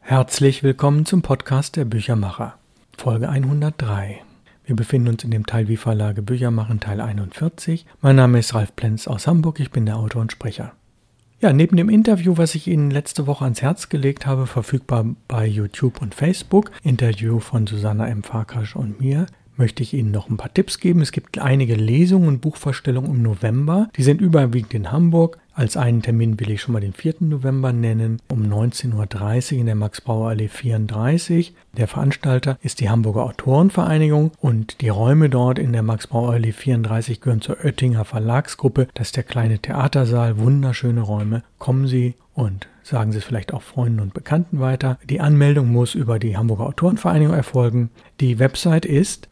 Herzlich willkommen zum Podcast der Büchermacher, Folge 103. Wir befinden uns in dem Teil Wie Verlage Bücher machen, Teil 41. Mein Name ist Ralf Plenz aus Hamburg, ich bin der Autor und Sprecher. Ja, neben dem Interview, was ich Ihnen letzte Woche ans Herz gelegt habe, verfügbar bei YouTube und Facebook, Interview von Susanna M. Farkas und mir, möchte ich Ihnen noch ein paar Tipps geben. Es gibt einige Lesungen und Buchvorstellungen im November. Die sind überwiegend in Hamburg. Als einen Termin will ich schon mal den 4. November nennen, um 19.30 Uhr in der Max-Brauer-Allee 34. Der Veranstalter ist die Hamburger Autorenvereinigung und die Räume dort in der Max-Brauer-Allee 34 gehören zur Oettinger Verlagsgruppe. Das ist der kleine Theatersaal, wunderschöne Räume. Kommen Sie und sagen Sie es vielleicht auch Freunden und Bekannten weiter. Die Anmeldung muss über die Hamburger Autorenvereinigung erfolgen. Die Website ist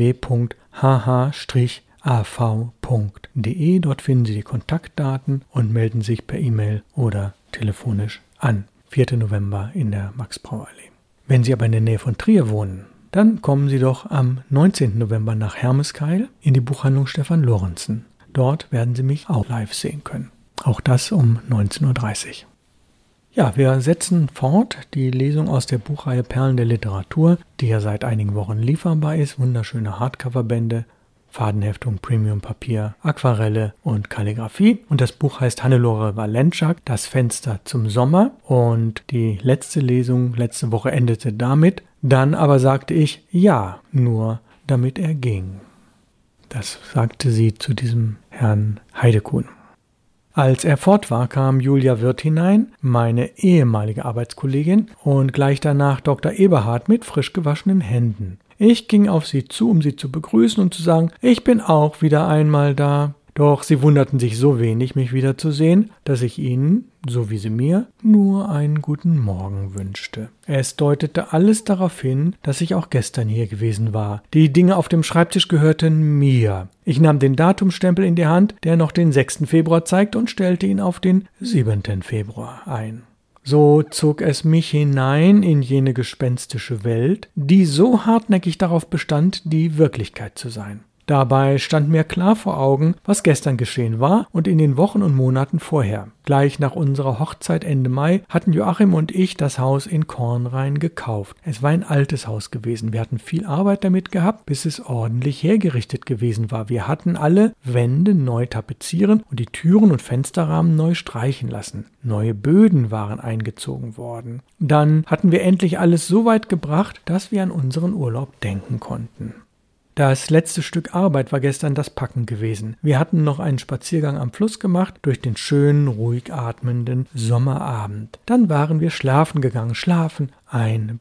www.hh-av.de. Dort finden Sie die Kontaktdaten und melden sich per E-Mail oder telefonisch an. 4. November in der Max-Brauer-Allee. Wenn Sie aber in der Nähe von Trier wohnen, dann kommen Sie doch am 19. November nach Hermeskeil in die Buchhandlung Stefan Lorenzen. Dort werden Sie mich auch live sehen können. Auch das um 19.30 Uhr. Ja, wir setzen fort die Lesung aus der Buchreihe Perlen der Literatur, die ja seit einigen Wochen lieferbar ist. Wunderschöne Hardcover-Bände, Fadenheftung, Premium-Papier, Aquarelle und Kalligrafie. Und das Buch heißt Hannelore Walentschak, Das Fenster zum Sommer. Und die letzte Lesung letzte Woche endete damit. Dann aber sagte ich, ja, nur damit er ging. Das sagte sie zu diesem Herrn Heidekuhn. Als er fort war, kam Julia Wirth hinein, meine ehemalige Arbeitskollegin, und gleich danach Dr. Eberhard mit frisch gewaschenen Händen. Ich ging auf sie zu, um sie zu begrüßen und zu sagen, ich bin auch wieder einmal da. Doch sie wunderten sich so wenig, mich wiederzusehen, dass ich ihnen, so wie sie mir, nur einen guten Morgen wünschte. Es deutete alles darauf hin, dass ich auch gestern hier gewesen war. Die Dinge auf dem Schreibtisch gehörten mir. Ich nahm den Datumstempel in die Hand, der noch den 6. Februar zeigt, und stellte ihn auf den 7. Februar ein. So zog es mich hinein in jene gespenstische Welt, die so hartnäckig darauf bestand, die Wirklichkeit zu sein. Dabei stand mir klar vor Augen, was gestern geschehen war und in den Wochen und Monaten vorher. Gleich nach unserer Hochzeit Ende Mai hatten Joachim und ich das Haus in Kornrhein gekauft. Es war ein altes Haus gewesen. Wir hatten viel Arbeit damit gehabt, bis es ordentlich hergerichtet gewesen war. Wir hatten alle Wände neu tapezieren und die Türen und Fensterrahmen neu streichen lassen. Neue Böden waren eingezogen worden. Dann hatten wir endlich alles so weit gebracht, dass wir an unseren Urlaub denken konnten. Das letzte Stück Arbeit war gestern das Packen gewesen. Wir hatten noch einen Spaziergang am Fluss gemacht, durch den schönen, ruhig atmenden Sommerabend. Dann waren wir schlafen gegangen. Schlafen, ein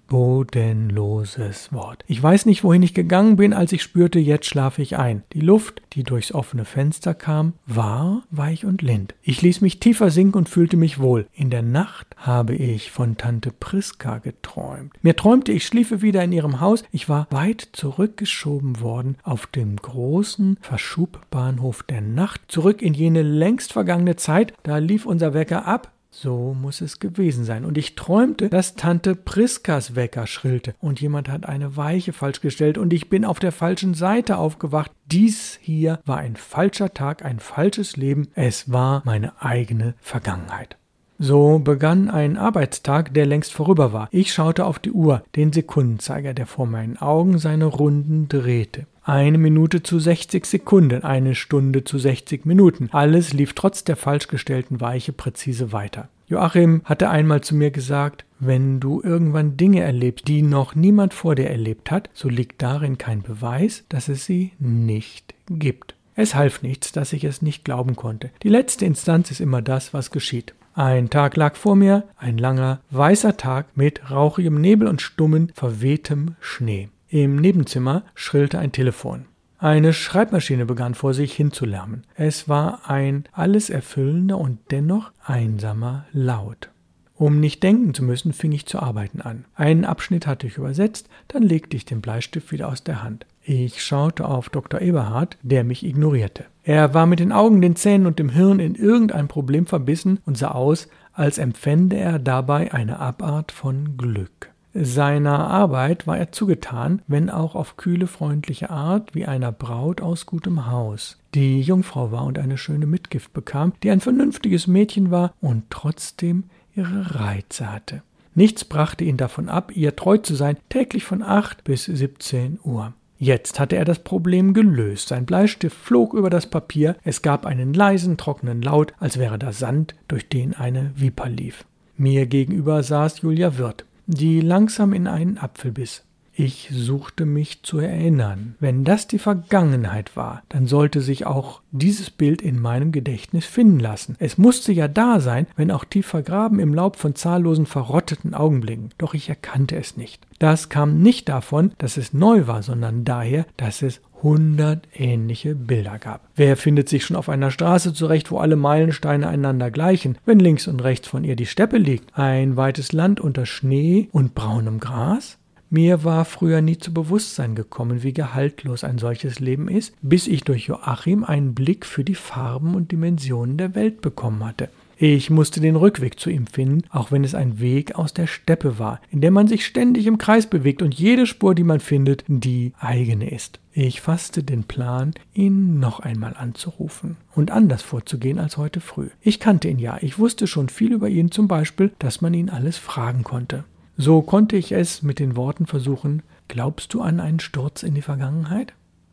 bodenloses Wort. Ich weiß nicht, wohin ich gegangen bin, als ich spürte, jetzt schlafe ich ein. Die Luft, die durchs offene Fenster kam, war weich und lind. Ich ließ mich tiefer sinken und fühlte mich wohl. In der Nacht habe ich von Tante Priska geträumt. Mir träumte, ich schliefe wieder in ihrem Haus. Ich war weit zurückgeschoben worden auf dem großen Verschubbahnhof der Nacht, zurück in jene längst vergangene Zeit. Da lief unser Wecker ab. So muss es gewesen sein. Und ich träumte, dass Tante Priskas Wecker schrillte und jemand hat eine Weiche falsch gestellt und ich bin auf der falschen Seite aufgewacht. Dies hier war ein falscher Tag, ein falsches Leben. Es war meine eigene Vergangenheit. So begann ein Arbeitstag, der längst vorüber war. Ich schaute auf die Uhr, den Sekundenzeiger, der vor meinen Augen seine Runden drehte. 1 Minute zu 60 Sekunden, 1 Stunde zu 60 Minuten. Alles lief trotz der falsch gestellten Weiche präzise weiter. Joachim hatte einmal zu mir gesagt, wenn du irgendwann Dinge erlebst, die noch niemand vor dir erlebt hat, so liegt darin kein Beweis, dass es sie nicht gibt. Es half nichts, dass ich es nicht glauben konnte. Die letzte Instanz ist immer das, was geschieht. Ein Tag lag vor mir, ein langer, weißer Tag mit rauchigem Nebel und stummen, verwehtem Schnee. Im Nebenzimmer schrillte ein Telefon. Eine Schreibmaschine begann vor sich hin zu lärmen. Es war ein alles erfüllender und dennoch einsamer Laut. Um nicht denken zu müssen, fing ich zu arbeiten an. Einen Abschnitt hatte ich übersetzt, dann legte ich den Bleistift wieder aus der Hand. Ich schaute auf Dr. Eberhard, der mich ignorierte. Er war mit den Augen, den Zähnen und dem Hirn in irgendein Problem verbissen und sah aus, als empfände er dabei eine Abart von Glück. Seiner Arbeit war er zugetan, wenn auch auf kühle, freundliche Art, wie einer Braut aus gutem Haus, die Jungfrau war und eine schöne Mitgift bekam, die ein vernünftiges Mädchen war und trotzdem ihre Reize hatte. Nichts brachte ihn davon ab, ihr treu zu sein, täglich von 8 bis 17 Uhr. Jetzt hatte er das Problem gelöst. Sein Bleistift flog über das Papier. Es gab einen leisen, trockenen Laut, als wäre da Sand, durch den eine Viper lief. Mir gegenüber saß Julia Wirth, die langsam in einen Apfel biss. Ich suchte mich zu erinnern. Wenn das die Vergangenheit war, dann sollte sich auch dieses Bild in meinem Gedächtnis finden lassen. Es musste ja da sein, wenn auch tief vergraben im Laub von zahllosen verrotteten Augenblicken. Doch ich erkannte es nicht. Das kam nicht davon, dass es neu war, sondern daher, dass es 100 ähnliche Bilder gab. Wer findet sich schon auf einer Straße zurecht, wo alle Meilensteine einander gleichen, wenn links und rechts von ihr die Steppe liegt? Ein weites Land unter Schnee und braunem Gras? Mir war früher nie zu Bewusstsein gekommen, wie gehaltlos ein solches Leben ist, bis ich durch Joachim einen Blick für die Farben und Dimensionen der Welt bekommen hatte. Ich musste den Rückweg zu ihm finden, auch wenn es ein Weg aus der Steppe war, in der man sich ständig im Kreis bewegt und jede Spur, die man findet, die eigene ist. Ich fasste den Plan, ihn noch einmal anzurufen und anders vorzugehen als heute früh. Ich kannte ihn ja, ich wusste schon viel über ihn, zum Beispiel, dass man ihn alles fragen konnte. So konnte ich es mit den Worten versuchen: Glaubst du an einen Sturz in die Vergangenheit?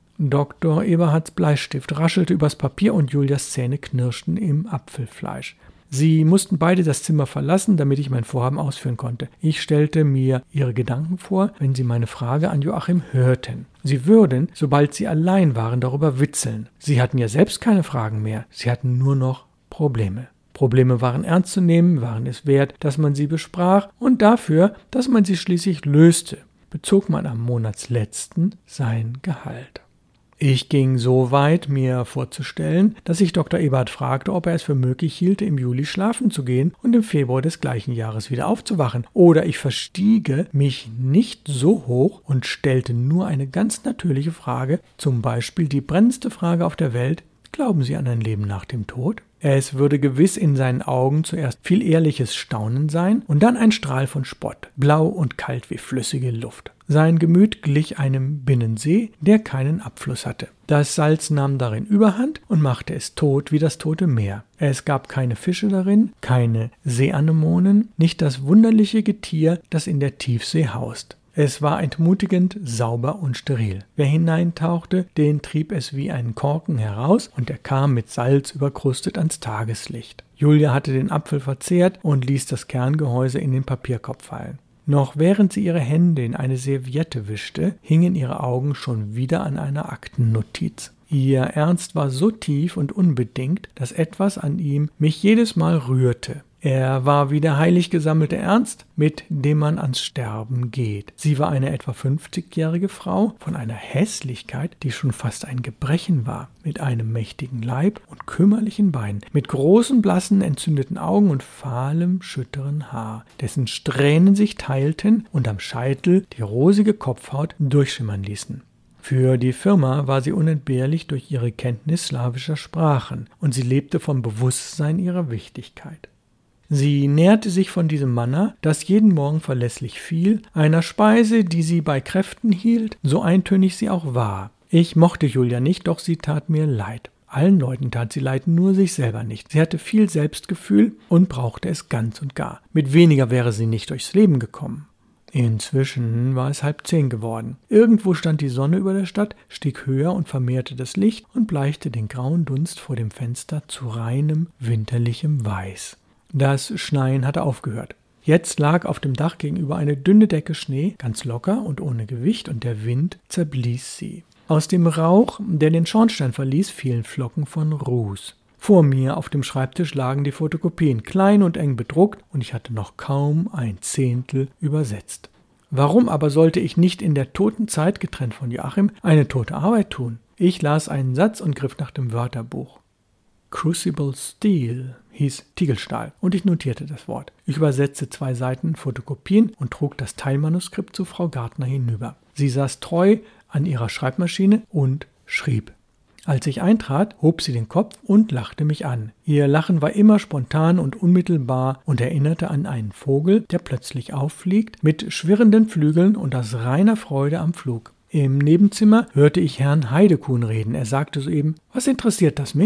Dr. Eberhards Bleistift raschelte übers Papier und Julias Zähne knirschten im Apfelfleisch. Sie mussten beide das Zimmer verlassen, damit ich mein Vorhaben ausführen konnte. Ich stellte mir ihre Gedanken vor, wenn sie meine Frage an Joachim hörten. Sie würden, sobald sie allein waren, darüber witzeln. Sie hatten ja selbst keine Fragen mehr, sie hatten nur noch Probleme. Probleme waren ernst zu nehmen, waren es wert, dass man sie besprach, und dafür, dass man sie schließlich löste, bezog man am Monatsletzten sein Gehalt. Ich ging so weit, mir vorzustellen, dass ich Dr. Eberhard fragte, ob er es für möglich hielte, im Juli schlafen zu gehen und im Februar des gleichen Jahres wieder aufzuwachen. Oder ich verstiege mich nicht so hoch und stellte nur eine ganz natürliche Frage, zum Beispiel die brennendste Frage auf der Welt: Glauben Sie an ein Leben nach dem Tod? Es würde gewiss in seinen Augen zuerst viel ehrliches Staunen sein und dann ein Strahl von Spott, blau und kalt wie flüssige Luft. Sein Gemüt glich einem Binnensee, der keinen Abfluss hatte. Das Salz nahm darin Überhand und machte es tot wie das Tote Meer. Es gab keine Fische darin, keine Seeanemonen, nicht das wunderliche Getier, das in der Tiefsee haust. Es war entmutigend, sauber und steril. Wer hineintauchte, den trieb es wie einen Korken heraus und er kam mit Salz überkrustet ans Tageslicht. Julia hatte den Apfel verzehrt und ließ das Kerngehäuse in den Papierkorb fallen. Noch während sie ihre Hände in eine Serviette wischte, hingen ihre Augen schon wieder an einer Aktennotiz. Ihr Ernst war so tief und unbedingt, dass etwas an ihm mich jedes Mal rührte. Er war wie der heilig gesammelte Ernst, mit dem man ans Sterben geht. Sie war eine etwa 50-jährige Frau, von einer Hässlichkeit, die schon fast ein Gebrechen war, mit einem mächtigen Leib und kümmerlichen Beinen, mit großen, blassen, entzündeten Augen und fahlem, schütteren Haar, dessen Strähnen sich teilten und am Scheitel die rosige Kopfhaut durchschimmern ließen. Für die Firma war sie unentbehrlich durch ihre Kenntnis slawischer Sprachen und sie lebte vom Bewusstsein ihrer Wichtigkeit. Sie nährte sich von diesem Manna, das jeden Morgen verlässlich fiel, einer Speise, die sie bei Kräften hielt, so eintönig sie auch war. Ich mochte Julia nicht, doch sie tat mir leid. Allen Leuten tat sie leid, nur sich selber nicht. Sie hatte viel Selbstgefühl und brauchte es ganz und gar. Mit weniger wäre sie nicht durchs Leben gekommen. Inzwischen war es 9:30 geworden. Irgendwo stand die Sonne über der Stadt, stieg höher und vermehrte das Licht und bleichte den grauen Dunst vor dem Fenster zu reinem, winterlichem Weiß. Das Schneien hatte aufgehört. Jetzt lag auf dem Dach gegenüber eine dünne Decke Schnee, ganz locker und ohne Gewicht, und der Wind zerblies sie. Aus dem Rauch, der den Schornstein verließ, fielen Flocken von Ruß. Vor mir auf dem Schreibtisch lagen die Fotokopien, klein und eng bedruckt, und ich hatte noch kaum 1/10 übersetzt. Warum aber sollte ich nicht in der toten Zeit, getrennt von Joachim, eine tote Arbeit tun? Ich las einen Satz und griff nach dem Wörterbuch. Crucible Steel hieß Tiegelstahl, und ich notierte das Wort. Ich übersetzte 2 Seiten Fotokopien und trug das Teilmanuskript zu Frau Gartner hinüber. Sie saß treu an ihrer Schreibmaschine und schrieb. Als ich eintrat, hob sie den Kopf und lachte mich an. Ihr Lachen war immer spontan und unmittelbar und erinnerte an einen Vogel, der plötzlich auffliegt, mit schwirrenden Flügeln und aus reiner Freude am Flug. Im Nebenzimmer hörte ich Herrn Heidekuhn reden. Er sagte soeben: Was interessiert das mich?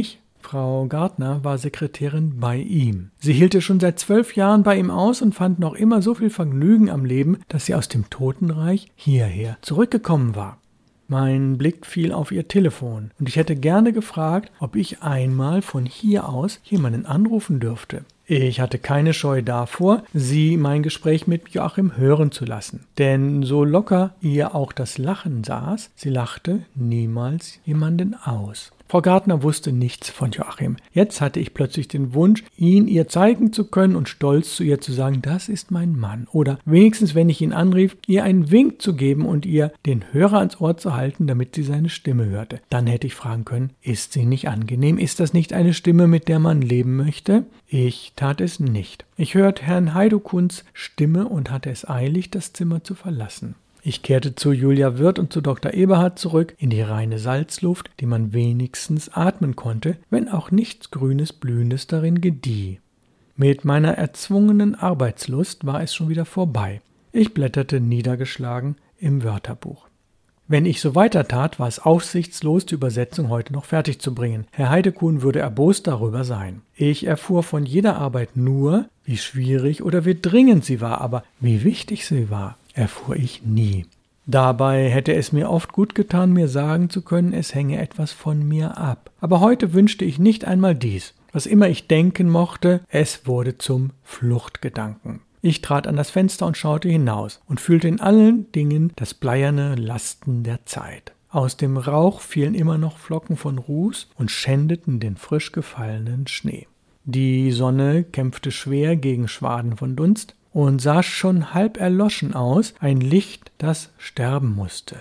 Frau Gardner war Sekretärin bei ihm. Sie hielt schon seit 12 Jahren bei ihm aus und fand noch immer so viel Vergnügen am Leben, dass sie aus dem Totenreich hierher zurückgekommen war. Mein Blick fiel auf ihr Telefon und ich hätte gerne gefragt, ob ich einmal von hier aus jemanden anrufen dürfte. Ich hatte keine Scheu davor, sie mein Gespräch mit Joachim hören zu lassen. Denn so locker ihr auch das Lachen saß, sie lachte niemals jemanden aus. Frau Gardner wusste nichts von Joachim. Jetzt hatte ich plötzlich den Wunsch, ihn ihr zeigen zu können und stolz zu ihr zu sagen, das ist mein Mann. Oder wenigstens, wenn ich ihn anrief, ihr einen Wink zu geben und ihr den Hörer ans Ohr zu halten, damit sie seine Stimme hörte. Dann hätte ich fragen können, ist sie nicht angenehm? Ist das nicht eine Stimme, mit der man leben möchte? Ich tat es nicht. Ich hörte Herrn Heidukuns Stimme und hatte es eilig, das Zimmer zu verlassen. Ich kehrte zu Julia Wirth und zu Dr. Eberhard zurück, in die reine Salzluft, die man wenigstens atmen konnte, wenn auch nichts Grünes, Blühendes darin gedieh. Mit meiner erzwungenen Arbeitslust war es schon wieder vorbei. Ich blätterte niedergeschlagen im Wörterbuch. Wenn ich so weitertat, war es aussichtslos, die Übersetzung heute noch fertig zu bringen. Herr Heidekun würde erbost darüber sein. Ich erfuhr von jeder Arbeit nur, wie schwierig oder wie dringend sie war, aber wie wichtig sie war, erfuhr ich nie. Dabei hätte es mir oft gut getan, mir sagen zu können, es hänge etwas von mir ab. Aber heute wünschte ich nicht einmal dies. Was immer ich denken mochte, es wurde zum Fluchtgedanken. Ich trat an das Fenster und schaute hinaus und fühlte in allen Dingen das bleierne Lasten der Zeit. Aus dem Rauch fielen immer noch Flocken von Ruß und schändeten den frisch gefallenen Schnee. Die Sonne kämpfte schwer gegen Schwaden von Dunst und sah schon halb erloschen aus, ein Licht, das sterben musste.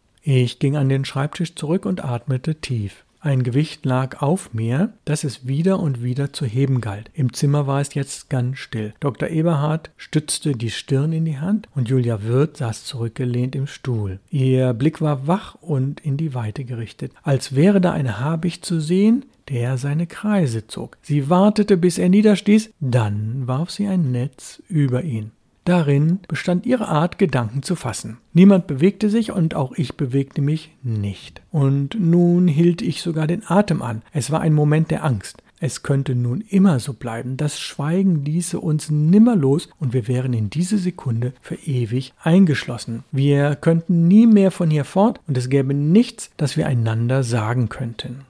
Ich ging an den Schreibtisch zurück und atmete tief. Ein Gewicht lag auf mir, das es wieder und wieder zu heben galt. Im Zimmer war es jetzt ganz still. Dr. Eberhard stützte die Stirn in die Hand und Julia Wirth saß zurückgelehnt im Stuhl. Ihr Blick war wach und in die Weite gerichtet, als wäre da ein Habicht zu sehen, der seine Kreise zog. Sie wartete, bis er niederstieß, dann warf sie ein Netz über ihn. Darin bestand ihre Art, Gedanken zu fassen. Niemand bewegte sich und auch ich bewegte mich nicht. Und nun hielt ich sogar den Atem an. Es war ein Moment der Angst. Es könnte nun immer so bleiben. Das Schweigen ließe uns nimmer los und wir wären in diese Sekunde für ewig eingeschlossen. Wir könnten nie mehr von hier fort und es gäbe nichts, das wir einander sagen könnten.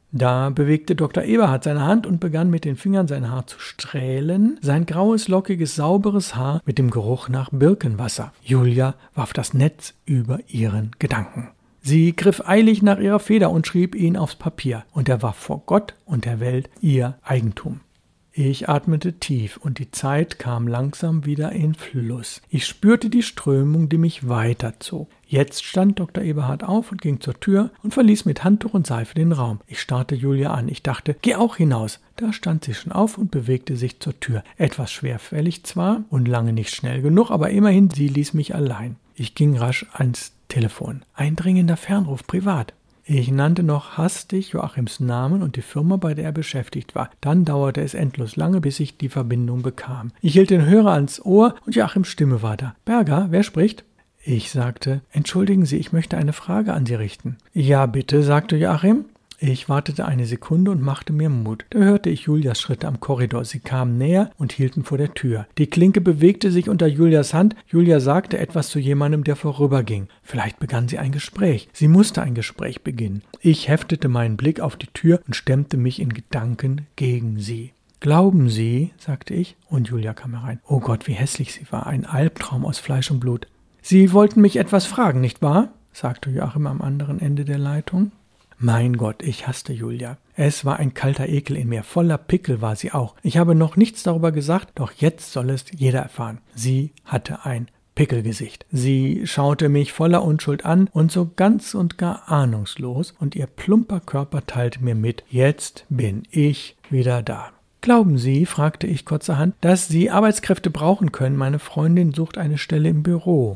Da bewegte Dr. Eberhard seine Hand und begann mit den Fingern sein Haar zu strählen, sein graues, lockiges, sauberes Haar mit dem Geruch nach Birkenwasser. Julia warf das Netz über ihren Gedanken. Sie griff eilig nach ihrer Feder und schrieb ihn aufs Papier, und er war vor Gott und der Welt ihr Eigentum. Ich atmete tief und die Zeit kam langsam wieder in Fluss. Ich spürte die Strömung, die mich weiterzog. Jetzt stand Dr. Eberhard auf und ging zur Tür und verließ mit Handtuch und Seife den Raum. Ich starrte Julia an. Ich dachte, geh auch hinaus. Da stand sie schon auf und bewegte sich zur Tür. Etwas schwerfällig zwar und lange nicht schnell genug, aber immerhin, sie ließ mich allein. Ich ging rasch ans Telefon. Ein dringender Fernruf, privat. Ich nannte noch hastig Joachims Namen und die Firma, bei der er beschäftigt war. Dann dauerte es endlos lange, bis ich die Verbindung bekam. Ich hielt den Hörer ans Ohr und Joachims Stimme war da. Berger, wer spricht? Ich sagte, entschuldigen Sie, ich möchte eine Frage an Sie richten. Ja, bitte, sagte Joachim. Ich wartete eine Sekunde und machte mir Mut. Da hörte ich Julias Schritte am Korridor. Sie kamen näher und hielten vor der Tür. Die Klinke bewegte sich unter Julias Hand. Julia sagte etwas zu jemandem, der vorüberging. Vielleicht begann sie ein Gespräch. Sie musste ein Gespräch beginnen. Ich heftete meinen Blick auf die Tür und stemmte mich in Gedanken gegen sie. Glauben Sie, sagte ich, und Julia kam herein. Oh Gott, wie hässlich sie war. Ein Albtraum aus Fleisch und Blut. Sie wollten mich etwas fragen, nicht wahr? Sagte Joachim am anderen Ende der Leitung. Mein Gott, ich hasste Julia. Es war ein kalter Ekel in mir, voller Pickel war sie auch. Ich habe noch nichts darüber gesagt, doch jetzt soll es jeder erfahren. Sie hatte ein Pickelgesicht. Sie schaute mich voller Unschuld an und so ganz und gar ahnungslos, und ihr plumper Körper teilte mir mit, jetzt bin ich wieder da. Glauben Sie, fragte ich kurzerhand, dass Sie Arbeitskräfte brauchen können? Meine Freundin sucht eine Stelle im Büro.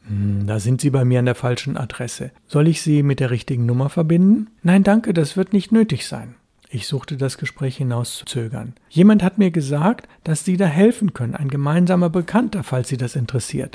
Da sind Sie bei mir an der falschen Adresse. Soll ich Sie mit der richtigen Nummer verbinden? Nein, danke, das wird nicht nötig sein. Ich suchte das Gespräch hinauszuzögern. Jemand hat mir gesagt, dass Sie da helfen können, ein gemeinsamer Bekannter, falls Sie das interessiert.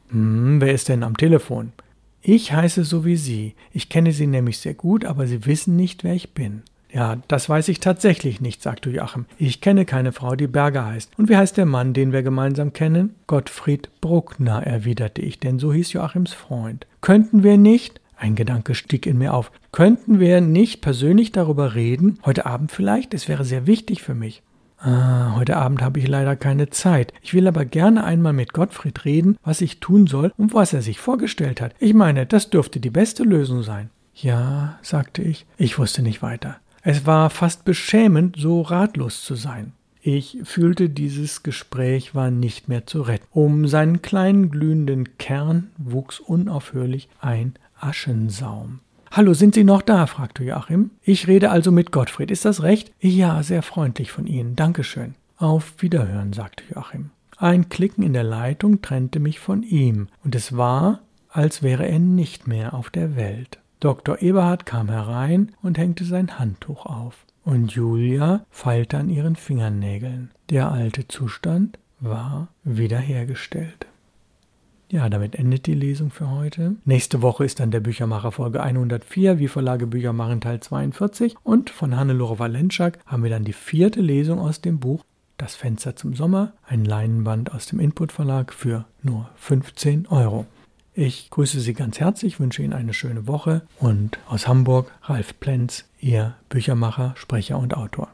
Wer ist denn am Telefon? Ich heiße so wie Sie. Ich kenne Sie nämlich sehr gut, aber Sie wissen nicht, wer ich bin. Ja, das weiß ich tatsächlich nicht, sagte Joachim. Ich kenne keine Frau, die Berger heißt. Und wie heißt der Mann, den wir gemeinsam kennen? Gottfried Bruckner, erwiderte ich, denn so hieß Joachims Freund. Könnten wir nicht, ein Gedanke stieg in mir auf, könnten wir nicht persönlich darüber reden? Heute Abend vielleicht? Es wäre sehr wichtig für mich. Heute Abend habe ich leider keine Zeit. Ich will aber gerne einmal mit Gottfried reden, was ich tun soll und was er sich vorgestellt hat. Ich meine, das dürfte die beste Lösung sein. Ja, sagte ich. Ich wusste nicht weiter. Es war fast beschämend, so ratlos zu sein. Ich fühlte, dieses Gespräch war nicht mehr zu retten. Um seinen kleinen glühenden Kern wuchs unaufhörlich ein Aschensaum. »Hallo, sind Sie noch da?« fragte Joachim. »Ich rede also mit Gottfried. Ist das recht?« »Ja, sehr freundlich von Ihnen. Dankeschön.« »Auf Wiederhören«, sagte Joachim. Ein Klicken in der Leitung trennte mich von ihm, und es war, als wäre er nicht mehr auf der Welt. Dr. Eberhard kam herein und hängte sein Handtuch auf. Und Julia feilte an ihren Fingernägeln. Der alte Zustand war wiederhergestellt. Ja, damit endet die Lesung für heute. Nächste Woche ist dann der Büchermacher Folge 104, wie Verlage Bücher machen, Teil 42. Und von Hannelore Walentschak haben wir dann die 4. Lesung aus dem Buch Das Fenster zum Sommer, ein Leinenband aus dem Input Verlag für nur 15 €. Ich grüße Sie ganz herzlich, wünsche Ihnen eine schöne Woche und aus Hamburg Ralf Plenz, Ihr Büchermacher, Sprecher und Autor.